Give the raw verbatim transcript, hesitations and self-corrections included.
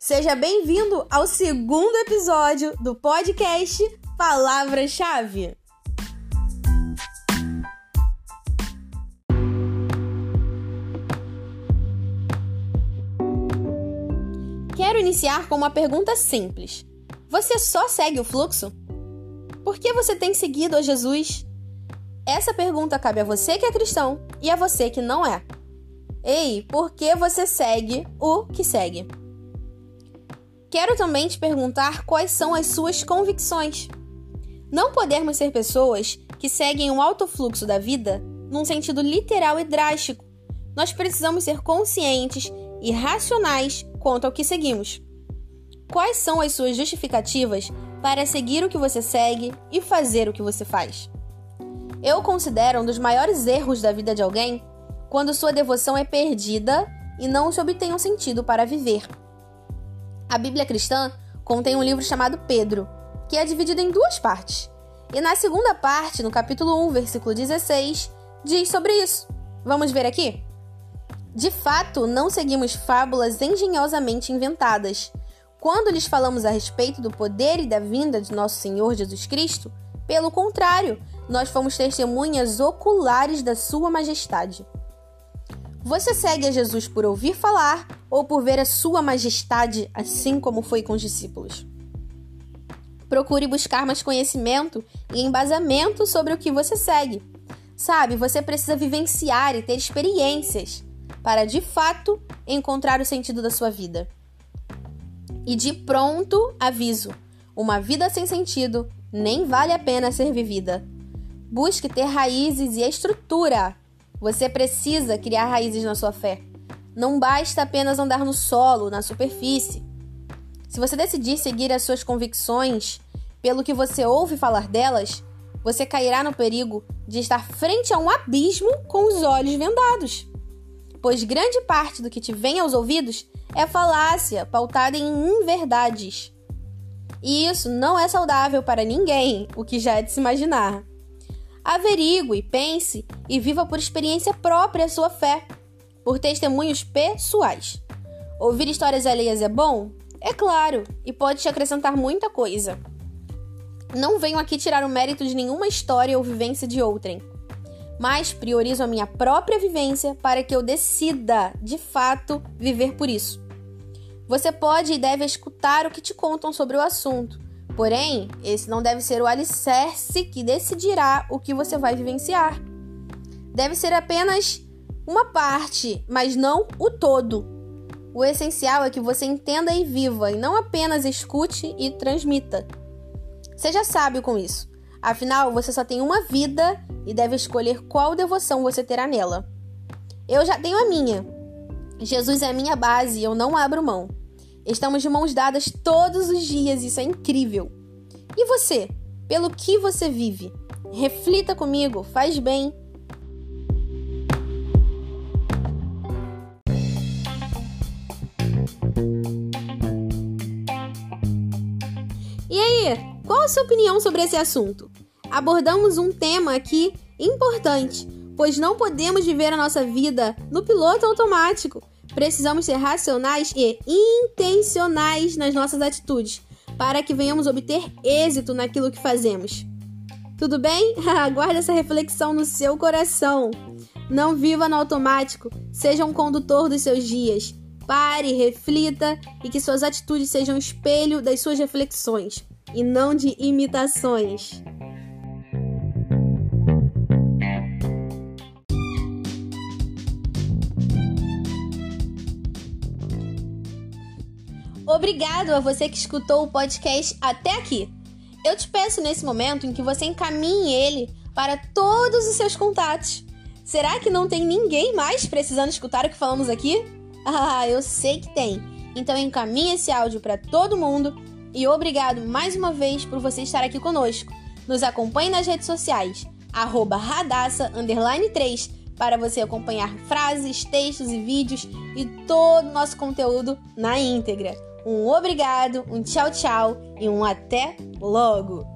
Seja bem-vindo ao segundo episódio do podcast Palavra-Chave. Quero iniciar com uma pergunta simples. Você só segue o fluxo? Por que você tem seguido a Jesus? Essa pergunta cabe a você que é cristão e a você que não é. Ei, por que você segue o que segue? Quero também te perguntar quais são as suas convicções. Não podemos ser pessoas que seguem um alto fluxo da vida num sentido literal e drástico. Nós precisamos ser conscientes e racionais quanto ao que seguimos. Quais são as suas justificativas para seguir o que você segue e fazer o que você faz? Eu considero um dos maiores erros da vida de alguém quando sua devoção é perdida e não se obtém um sentido para viver. A Bíblia cristã contém um livro chamado Pedro, que é dividido em duas partes. E na segunda parte, no capítulo um, versículo dezesseis, diz sobre isso. Vamos ver aqui? De fato, não seguimos fábulas engenhosamente inventadas. Quando lhes falamos a respeito do poder e da vinda de nosso Senhor Jesus Cristo, pelo contrário, nós fomos testemunhas oculares da sua majestade. Você segue a Jesus por ouvir falar ou por ver a sua majestade, assim como foi com os discípulos? Procure buscar mais conhecimento e embasamento sobre o que você segue. Sabe, você precisa vivenciar e ter experiências para, de fato, encontrar o sentido da sua vida. E de pronto, aviso, uma vida sem sentido nem vale a pena ser vivida. Busque ter raízes e estrutura. Você precisa criar raízes na sua fé. Não basta apenas andar no solo, na superfície. Se você decidir seguir as suas convicções pelo que você ouve falar delas, você cairá no perigo de estar frente a um abismo com os olhos vendados. Pois grande parte do que te vem aos ouvidos é falácia, pautada em inverdades. E isso não é saudável para ninguém, o que já é de se imaginar. Averigue, pense e viva por experiência própria a sua fé, por testemunhos pessoais. Ouvir histórias alheias é bom? É claro, e pode te acrescentar muita coisa. Não venho aqui tirar o mérito de nenhuma história ou vivência de outrem, mas priorizo a minha própria vivência para que eu decida, de fato, viver por isso. Você pode e deve escutar o que te contam sobre o assunto, porém, esse não deve ser o alicerce que decidirá o que você vai vivenciar. Deve ser apenas uma parte, mas não o todo. O essencial é que você entenda e viva, e não apenas escute e transmita. Seja sábio com isso. Afinal, você só tem uma vida e deve escolher qual devoção você terá nela. Eu já tenho a minha. Jesus é a minha base e eu não abro mão. Estamos de mãos dadas todos os dias, isso é incrível. E você? Pelo que você vive? Reflita comigo, faz bem. E aí, qual a sua opinião sobre esse assunto? Abordamos um tema aqui importante, pois não podemos viver a nossa vida no piloto automático. Precisamos ser racionais e intencionais nas nossas atitudes, para que venhamos obter êxito naquilo que fazemos. Tudo bem? Guarde essa reflexão no seu coração. Não viva no automático, seja um condutor dos seus dias. Pare, reflita e que suas atitudes sejam espelho das suas reflexões, e não de imitações. Obrigado a você que escutou o podcast até aqui. Eu te peço nesse momento em que você encaminhe ele para todos os seus contatos. Será que não tem ninguém mais precisando escutar o que falamos aqui? Ah, eu sei que tem. Então encaminhe esse áudio para todo mundo e obrigado mais uma vez por você estar aqui conosco. Nos acompanhe nas redes sociais, arroba radassa, underline três, para você acompanhar frases, textos e vídeos e todo o nosso conteúdo na íntegra. Um obrigado, um tchau tchau e um até logo!